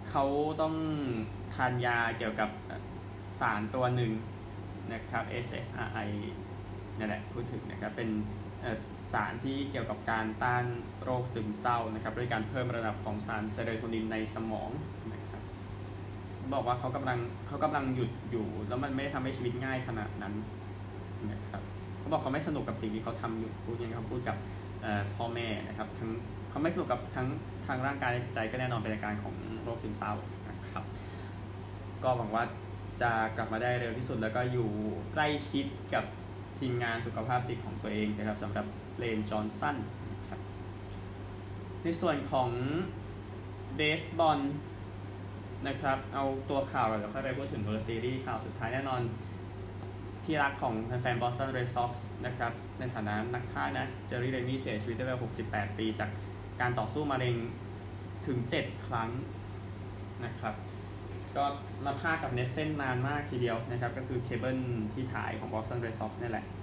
เขาต้องทานยาเกี่ยวกับสารตัวหนึ่งนะครับ เอส เอส อาร์ ไอ นั่นแหละพูดถึงนะครับเป็นสารที่เกี่ยวกับการต้านโรคซึมเศร้านะครับด้วยการเพิ่มระดับของสารเซโรโทนินในสมองนะครับบอกว่าเขากำลังเขากำลังหยุดอยู่แล้วมันไม่ได้ทำให้ชีวิตง่ายขนาดนั้นนะครับเขาบอกเขาไม่สนุกกับสิ่งที่เขาทำอยู่พูดอย่างนี้เขาพูดกับพ่อแม่นะครับทั้งเขาไม่สนุกกับทั้งทางร่างกายและจิตใจก็แน่นอนเป็นอาการของโรคซึมเศร้านะครับก็หวังว่าจะกลับมาได้เร็วที่สุดแล้วก็อยู่ใกล้ชิดกับทีมงานสุขภาพจิตของตัวเองนะครับสำหรับเลนจอห์นสันนะครับในส่วนของเบสบอลนะครับเอาตัวข่าวเดี๋ยวค่อยไปพูดถึงเวอร์ซีรีส์ข่าวสุดท้ายแน่นอนที่รักของแฟนๆ Boston Red Sox นะครับในฐานะนักพากย์นะเจอร์รี่เรมี่เสียชีวิตด้วยวัยหกสิบแปดปีจากการต่อสู้มะเร็งถึงเจ็ดครั้งนะครับก็มาพากย์กับเนสเซนนานมากทีเดียวนะครับก็คือเคเบิลที่ถ่ายของ Boston Red Sox นี่แหละ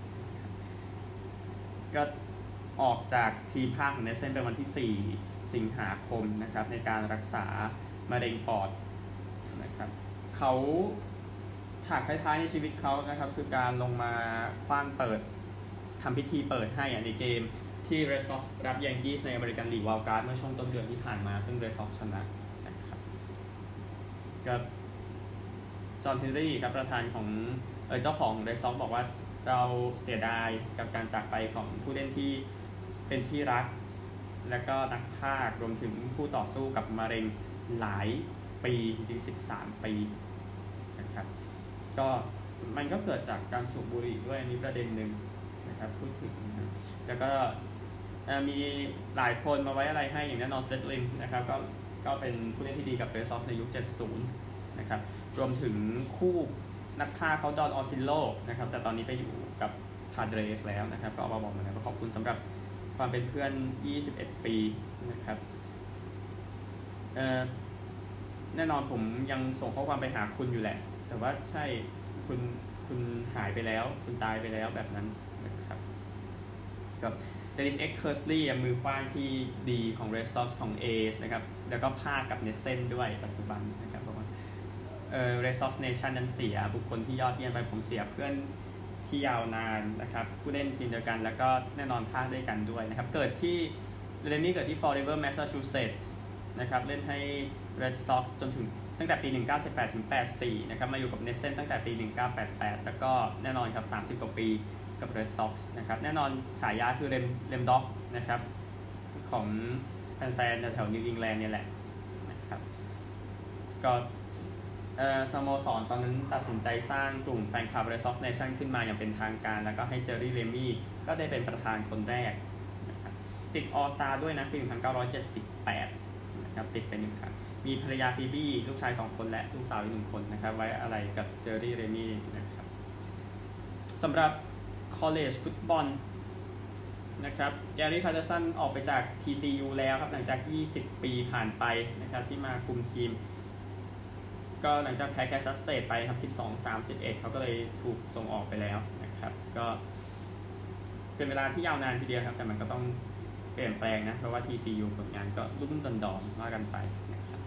ก็ออกจากทีมพากย์ของเนสเซนเป็นวันที่สี่สิงหาคมนะครับในการรักษามะเร็งปอดนะครับเขาฉากท้ายๆในชีวิตเขานะครับคือการลงมาคว้างเปิดทำพิธีเปิดให้ในเกมที่ Red Sox รับ Yankees ในอเมริกันลีกวายด์การ์ดเมื่อช่วงต้นเดือนที่ผ่านมาซึ่ง Red Sox ชนะนะครับกับจอห์น เฮนรี่ครับประธานของเออเจ้าของ Red Sox บอกว่าเราเสียดายกับการจากไปของผู้เล่นที่เป็นที่รักและก็นักพากย์รวมถึงผู้ต่อสู้กับมะเร็งหลายปีจริงๆสิบสามปีนะครับก็มันก็เกิดจากการสูบบุหรี่ด้วยอันนี้ประเด็นหนึ่งนะครับพูดถึงนะแล้วก็มีหลายคนมาไว้อะไรให้อย่างแน่นอนเฟรดลินนะครับก็ก็เป็นผู้เล่นที่ดีกับเรดซ็อกซ์ในยุคเจ็ดสิบนะครับรวมถึงคู่นักพากย์เขาดอนออซิลโลนะครับแต่ตอนนี้ไปอยู่กับพาเดรสแล้วนะครับก็เอามาบอกมาแล้วก็ขอบคุณสำหรับความเป็นเพื่อนยี่สิบเอ็ดปีนะครับเอ่อแน่นอนผมยังส่งข้อความไปหาคุณอยู่แหละแต่ว่าใช่คุณคุณหายไปแล้วคุณตายไปแล้วแบบนั้นนะครับกับเดนิส เอ็กซ์ เคอร์สลีย์มือขว้างที่ดีของ Red Sox ของ A's นะครับแล้วก็พากย์กับเนสเซนด้วยปัจจุบันนะครับเพราะว่าเอ่อ Red Sox Nation นั้นเสียบุคคลที่ยอดเยี่ยมไปผมเสียเพื่อนที่ยาวนานนะครับผู้เล่นทีมเดียวกันแล้วก็แน่นอนพากย์ด้วยกันด้วยนะครับเกิดที่เรนนี่เกิดที่ Fall River Massachusetts นะครับเล่นให้ Red Sox จนถึงตั้งแต่ปีหนึ่งเก้าเจ็ดแปดถึงแปดสิบสี่นะครับมาอยู่กับเนสเซนตั้งแต่ปีหนึ่งเก้าแปดแปดแล้วก็แน่นอนครับสามสิบกว่าปีกับ Red Sox นะครับแน่นอนฉายาคือเลมเลมด็อกนะครับของแฟนๆแถวนิวอิงแลนด์เนี่ยแหละนะครับก็เอ่อสโมสรตอนนั้นตัดสินใจสร้างกลุ่มแฟนคลับ Red Sox Nation ขึ้นมาอย่างเป็นทางการแล้วก็ให้เจอร์รี่ เรมี่ก็ได้เป็นประธานคนแรกนะครับติด All Star ด้วยนะปีหนึ่งพันเก้าร้อยเจ็ดสิบแปดนะครับติดเป็นหนึ่งครั้งมีภรรยาฟีบี้ลูกชายสองคนและลูกสาวอีกหนึ่งคนนะครับไว้อะไรกับเจอร์รี่ เรมี่นะครับสำหรับ college ฟุตบอลนะครับแกรี่ พาเทอร์สันออกไปจาก ที ซี ยู แล้วครับหลังจากยี่สิบปีผ่านไปนะครับที่มาคุมทีมก็หลังจากแพ้แคซัสสเตทไปครับสิบสอง สามสิบเอ็ดเขาก็เลยถูกส่งออกไปแล้วนะครับก็เป็นเวลาที่ยาวนานทีเดียวครับแต่มันก็ต้องเปลี่ยนแปลงนะเพราะว่า ที ซี ยู ผลงานก็รุ่มดอนๆว่ากันไปนะครับ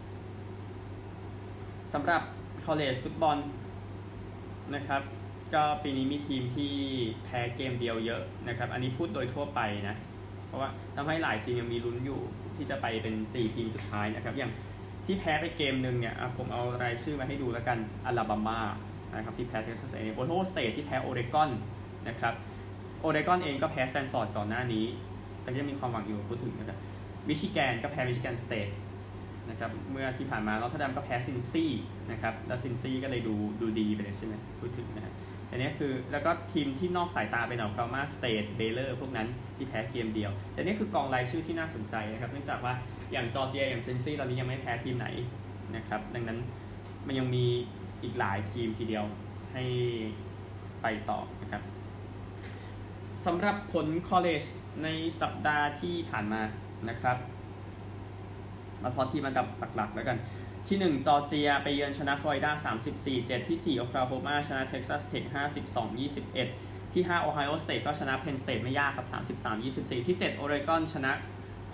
สำหรับ college ฟุตบอลนะครับก็ปีนี้มีทีมที่แพ้เกมเดียวเยอะนะครับอันนี้พูดโดยทั่วไปนะเพราะว่าทำให้หลายทีมยังมีลุ้นอยู่ที่จะไปเป็นสี่ทีมสุดท้ายนะครับอย่างที่แพ้ไปเกมนึงเนี่ยผมเอารายชื่อมาให้ดูแล้วกันอลาบามานะครับที่แพ้เท็กซัส เอ แอนด์ เอ็ม โอไฮโอสเตทที่แพ้โอเรกอนนะครับโอเรกอนเองก็แพ้สแตนฟอร์ดก่อนหน้านี้แต่ยังมีความหวังอยู่พูดถึงนะครับมิชิแกนก็แพ้มิชิแกนสเตทนะครับเมื่อที่ผ่านมานอร์ทดัมก็แพ้ซินซี่นะครับแล้วซินซี่ก็เลยดูดูดีไปเลยใช่ไหมพูดถึงนะครับอันนี้คือแล้วก็ทีมที่นอกสายตาไปหน่อยคาร์มาสเตทเบเลอร์พวกนั้นที่แพ้เกมเดียวแต่นี่คือกองรายชื่อที่น่าสนใจนะครับเนื่องจากว่าอย่างจอร์เจียอย่างซินซี่ตอนนี้ยังไม่แพ้ทีมไหนนะครับดังนั้นมันยังมีอีกหลายทีมทีเดียวให้ไปต่อนะครับสำหรับผลคอลเลจในสัปดาห์ที่ผ่านมานะครับมาพอทีมอันดับหลักๆแล้วกันที่หนึ่งจอร์เจียไปเยือนชนะฟลอริดา สามสิบสี่ เจ็ด ที่สี่โอคลาโฮมาชนะเท็กซัสเทค ห้าสิบสอง ยี่สิบเอ็ด ที่ห้าโอไฮโอสเตทก็ชนะเพนสเตทไม่ยากครับ สามสิบสาม ยี่สิบสี่ ที่เจ็ดโอเรกอนชนะโค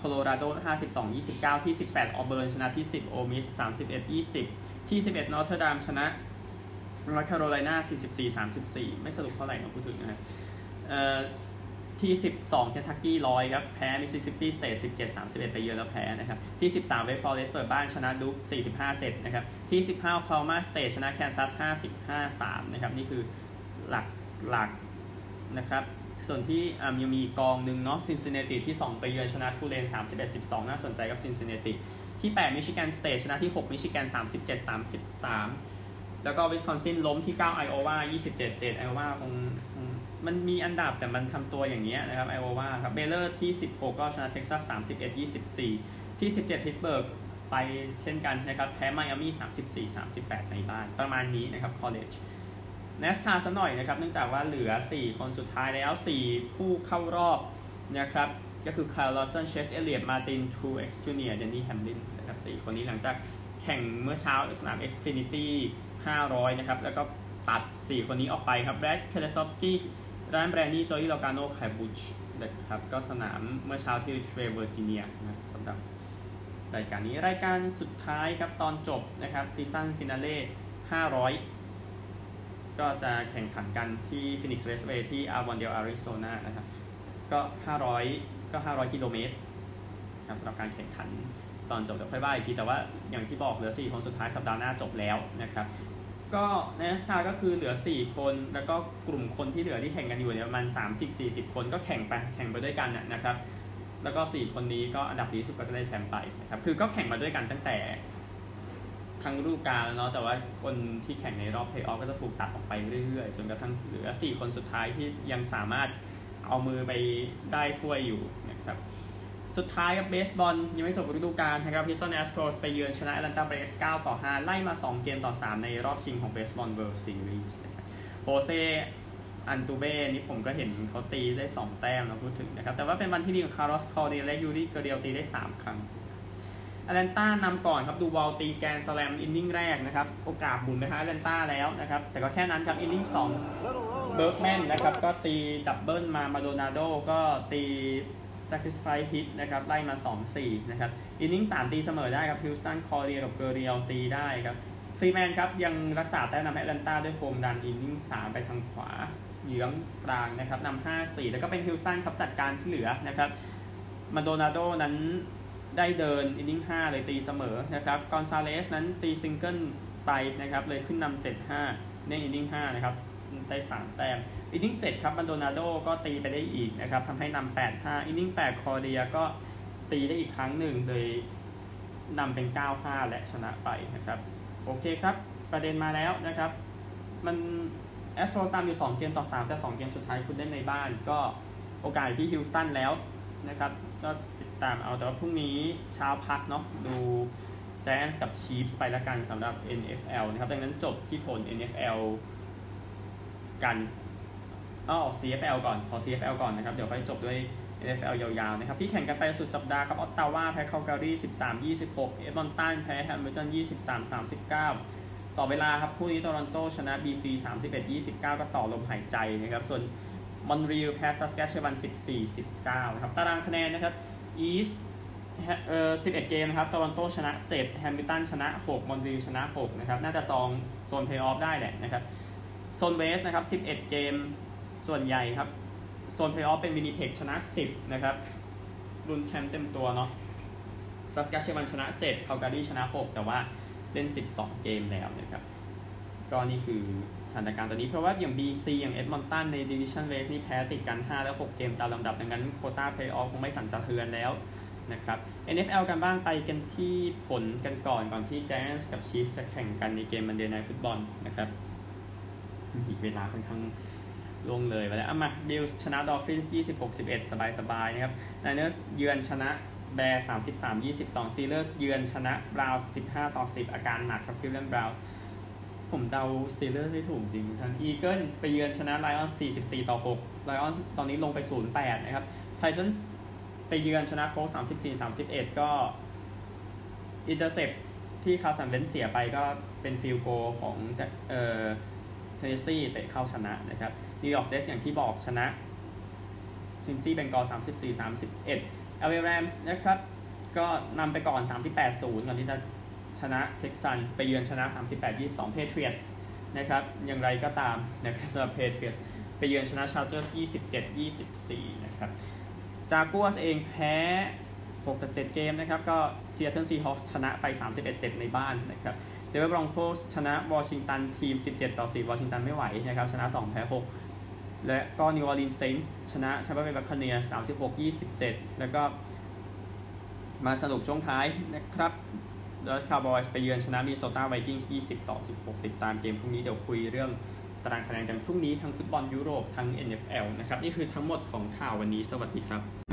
โลราโดห้าสิบสองยี่สิบเก้าที่สิบแปดออเบิร์นชนะที่สิบโอมิสสามสิบเอ็ดยี่สิบที่สิบเอ็ดนอร์ทเทอร์ดามชนะนอร์ทแคโรไลนาสี่สิบสี่ สามสิบสี่ไม่สรุปเท่าไหร่นะพูดถึงนะฮะเอ่อที่สิบสองเคนทักกี้ร้อยครับแพ้มิสซิสซิปปีสเตทสิบเจ็ด สามสิบเอ็ดไปเยือนแล้วแพ้นะครับที่สิบสามเวสต์ฟอเรสต์เปิดบ้านชนะดุ๊กสี่สิบห้า เจ็ดนะครับที่สิบห้าโอคลาโฮมาสเตทชนะแคนซัสห้าสิบห้า สามนะครับนี่คือหลักหลักนะครับส่วนที่ยังมีกองหนึ่งเนาะซินซินเนติที่สองไปเยือนชนะทูเลนสามสิบเอ็ด สิบสองน่าสนใจกับซินซินเนติที่แปดมิชิแกนสเตทชนะที่หกมิชิแกนสามสิบเจ็ด สามสิบสามแล้วก็วิสคอนซินล้มที่เก้าไอโอวายี่สิบเจ็ด เจ็ดไอโอวาคงมันมีอันดับแต่มันทำตัวอย่างเงี้ยนะครับไอโอวาครับเบลเลอร์ที่สิบหกก็ชนะเท็กซัสสามสิบเอ็ด ยี่สิบสี่ที่สิบเจ็ดพิตต์สเบิร์กไปเช่นกันนะครับแพ้ไมอามี่สามสิบสี่ สามสิบแปดในบ้านประมาณนี้นะครับคอลเลจNASCAR ซะหน่อยนะครับเนื่องจากว่าเหลือสี่คนสุดท้ายแล้วสี่ผู้เข้ารอบนะครับก็คือ Kyle Larson Chase Elliott Martin Truex จูเนียร์ Denny Hamlin นะครับสี่คนนี้หลังจากแข่งเมื่อเช้าสนาม Xfinity ห้าร้อยนะครับแล้วก็ตัดสี่คนนี้ออกไปครับ Brad Keselowski Ryan Blaney Joey Logano Kyle Busch นะครับก็สนามเมื่อเช้าที่ Trail Virginia นะสำหรับรายการนี้รายการสุดท้ายครับตอนจบนะครับซีซั่นฟินาเล่ห้าร้อยก็จะแข่งขันกันที่ Phoenix Raceway ที่ Avondale Arizona นะครับก็ห้าร้อยก็ห้าร้อยกิโลเมตรครับสำหรับการแข่งขันตอนจบเดี๋ยวค่อยว่าอีกทีแต่ว่าอย่างที่บอกเหลือสี่คนสุดท้ายสัปดาห์หน้าจบแล้วนะครับก็ใน NASCAR ก็คือเหลือสี่คนแล้วก็กลุ่มคนที่เหลือที่แข่งกันอยู่เนี่ยประมาณ สามสิบถึงสี่สิบ คนก็แข่งไปแข่งไปด้วยกันนะครับแล้วก็สี่คนนี้ก็อันดับดีสุดก็จะได้แชมป์ไปนะครับคือก็แข่งมาด้วยกันตั้งแต่ทั้งฤดูกาลแล้วเนาะแต่ว่าคนที่แข่งในรอบเพลย์ออฟก็จะถูกตัดออกไปเรื่อยๆจนกระทั่งเหลือสี่คนสุดท้ายที่ยังสามารถเอามือไปได้ถ้วยอยู่นะครับสุดท้ายกับเบสบอลยังไม่จบฤดูกาลนะครับพิสตันแอสโตรสไปเยือนชนะแอตแลนตาเบรสเก้าต่อห้าไล่มาสองเกมต่อสามในรอบชิงของเบสบอลเวิลด์ซีรีส์นะครับโฮเซอันตูเบ้นี่ผมก็เห็นเขาตีได้สองแต้มนะพูดถึงนะครับแต่ว่าเป็นวันที่ดีของคาร์ลอสคอร์เดียและยูริเกเรียลตีได้สามครั้งแอตแลนตานำก่อนครับดูวอลตีแกนสแลมอินนิ่งแรกนะครับโอกาสหมุนไปทางแอตแลนตาแล้วนะครับแต่ก็แค่นั้นครับอินนิ่งสองเบิร์กแมนนะครับก็ตีดับเบิลมามาโดนาโดก็ตีsacrifice hit นะครับไล่มา สองสี่ นะครับอินนิ่งสามตีเสมอได้ครับฮิลสตันคอร์เดียกับเกเรียลตีได้ครับฟรีแมนครับยังรักษาแต้มนำแอตแลนตาด้วยโฮมรันอินนิ่งสามไปทางขวาเยื้องกลางนะครับนำห้าสี่แล้วก็เป็นฮิลสตันครับจัดการที่เหลือนะครับมาโดนาโดนั้นได้เดินอินนิ่งห้าเลยตีเสมอนะครับกอนซาเลสนั้นตีซิงเกิลไปนะครับเลยขึ้นนำเจ็ดห้าในอินนิ่งห้านะครับได้สามแต้มอินนิ่งเจ็ดครับบันโดนาโดก็ตีไปได้อีกนะครับทำให้นำแปดห้าอินนิ่งแปดคอร์เดียก็ตีได้อีกครั้งหนึ่งเลยนำเป็นเก้าห้าและชนะไปนะครับโอเคครับประเด็นมาแล้วนะครับมันแอสโตรสตามอยู่สองเกมต่อสามแต่สองเกมสุดท้ายคุณได้ในบ้านก็โอกาสที่ฮิลสตันแล้วนะครับก็ติดตามเอาแต่ว่าพรุ่งนี้เช้าพักเนาะดู Giants กับ Chiefs ไปละกันสำหรับ เอ็น เอฟ แอล นะครับดังนั้นจบที่ผล เอ็น เอฟ แอล กันอ้อ ซี เอฟ แอล ก่อนขอ ซี เอฟ แอล ก่อนนะครับเดี๋ยวค่อยจบด้วย เอ็น เอฟ แอล ยาวๆนะครับที่แข่งกันไปสุดสัปดาห์ครับออตตาวาแพ้คัลการีสิบสาม ยี่สิบหกเอดมอนตันแพ้แฮมิลตันยี่สิบสาม สามสิบเก้าต่อเวลาครับคู่นี้โตรอนโตชนะ บี ซี สามสิบเอ็ด ยี่สิบเก้าก็ต่อลมหายใจนะครับส่วนมอนทรีออลแพ้ซัสแคชเชอร์วันสิบสี่ สิบเก้านะครับตารางคะแนนนะครับอีสต์เอ่อสิบเอ็ดเกมนะครับโตรอนโตชนะเจ็ดแฮมิลตันชนะหกมอนทรีออลชนะหกนะครับน่าจะจองโซนเพลย์ออฟได้แหละนะครับโซนเวสต์นะครับสิบเอ็ดเกมส่วนใหญ่ครับโซนเพลย์ออฟเป็นวินิเพกชนะสิบนะครับลุ้นแชมป์เต็มตัวเนาะซัสแคชเชอร์วันชนะเจ็ดคัลการีชนะหกแต่ว่าเล่นสิบสองเกมแล้วนะครับก็นี่คือสถานการณ์ตอนนี้เพราะว่าอย่าง บี ซี อย่างเอ็ดมอนตันใน Division West นี่แพ้ติดกันห้าและหกเกมตามลำดับดังนั้นโควต้าเพลย์ออฟคงไม่สั่นสะเทือนแล้วนะครับ เอ็น เอฟ แอล กันบ้างไปกันที่ผลกันก่อนก่อนที่ Giants กับ Chiefs จะแข่งกันในเกม Monday Night Football นะครับมีเวลาค่อนข้างล่วงเลยไปแล้วอ่ะมา Bills ชนะ Dolphins ยี่สิบหก สิบเอ็ดสบายๆนะครับ Niners เยือนชนะแบร์สามสิบสาม ยี่สิบสอง Steelers เยือนชนะ Browns สิบห้าต่อสิบอาการหนักกับ Cleveland Browns ผมเดา Steelers ไม่ถูกจริงทั้ง Eagles ไปเยือนชนะ Lions สี่สิบสี่ต่อหก Lions ตอนนี้ลงไปศูนย์แปดนะครับ Titans ไปเยือนชนะ Colts สามสิบสี่ สามสิบเอ็ดก็ Intercept ที่ Carson Wentz เสียไปก็เป็น Field Goal ของเอ่อ Tennessee ไปเข้าชนะนะครับ New York Jets อย่างที่บอกชนะ Cincy Bengals สามสิบสี่ สามสิบเอ็ดแอล เอ Rams นะครับก็นำไปก่อน สามสิบแปดศูนย์ ก่อนที่จะชนะเท็กซันไปเยือนชนะ สามสิบแปดยี่สิบสอง Patriots นะครับอย่างไรก็ตามนะครับสำหรับ Patriots ไปเยือนชนะ Chargers ยี่สิบเจ็ดยี่สิบสี่นะครับจากัวร์สเองแพ้หกจากเจ็ดเกมนะครับก็ Seattle Seahawks ชนะไป สามสิบเอ็ดเจ็ด ในบ้านนะครับDenver Broncos ชนะวอชิงตันทีมสิบเจ็ดต่อสี่วอชิงตันไม่ไหวนะครับชนะสองแพ้หกและก็ New Orleans Saints ชนะ Tampa Bay Buccaneers สามสิบหกยี่สิบเจ็ดแล้วก็มาสนุกช่วงท้ายนะครับ Dallas Cowboys ไปเยือนชนะ Minnesota Vikings ยี่สิบต่อสิบหกติดตามเกมพรุ่งนี้เดี๋ยวคุยเรื่องตารางคะแนนกันพรุ่งนี้ทั้งฟุตบอลยุโรปทั้ง เอ็น เอฟ แอล นะครับนี่คือทั้งหมดของข่าววันนี้สวัสดีครับ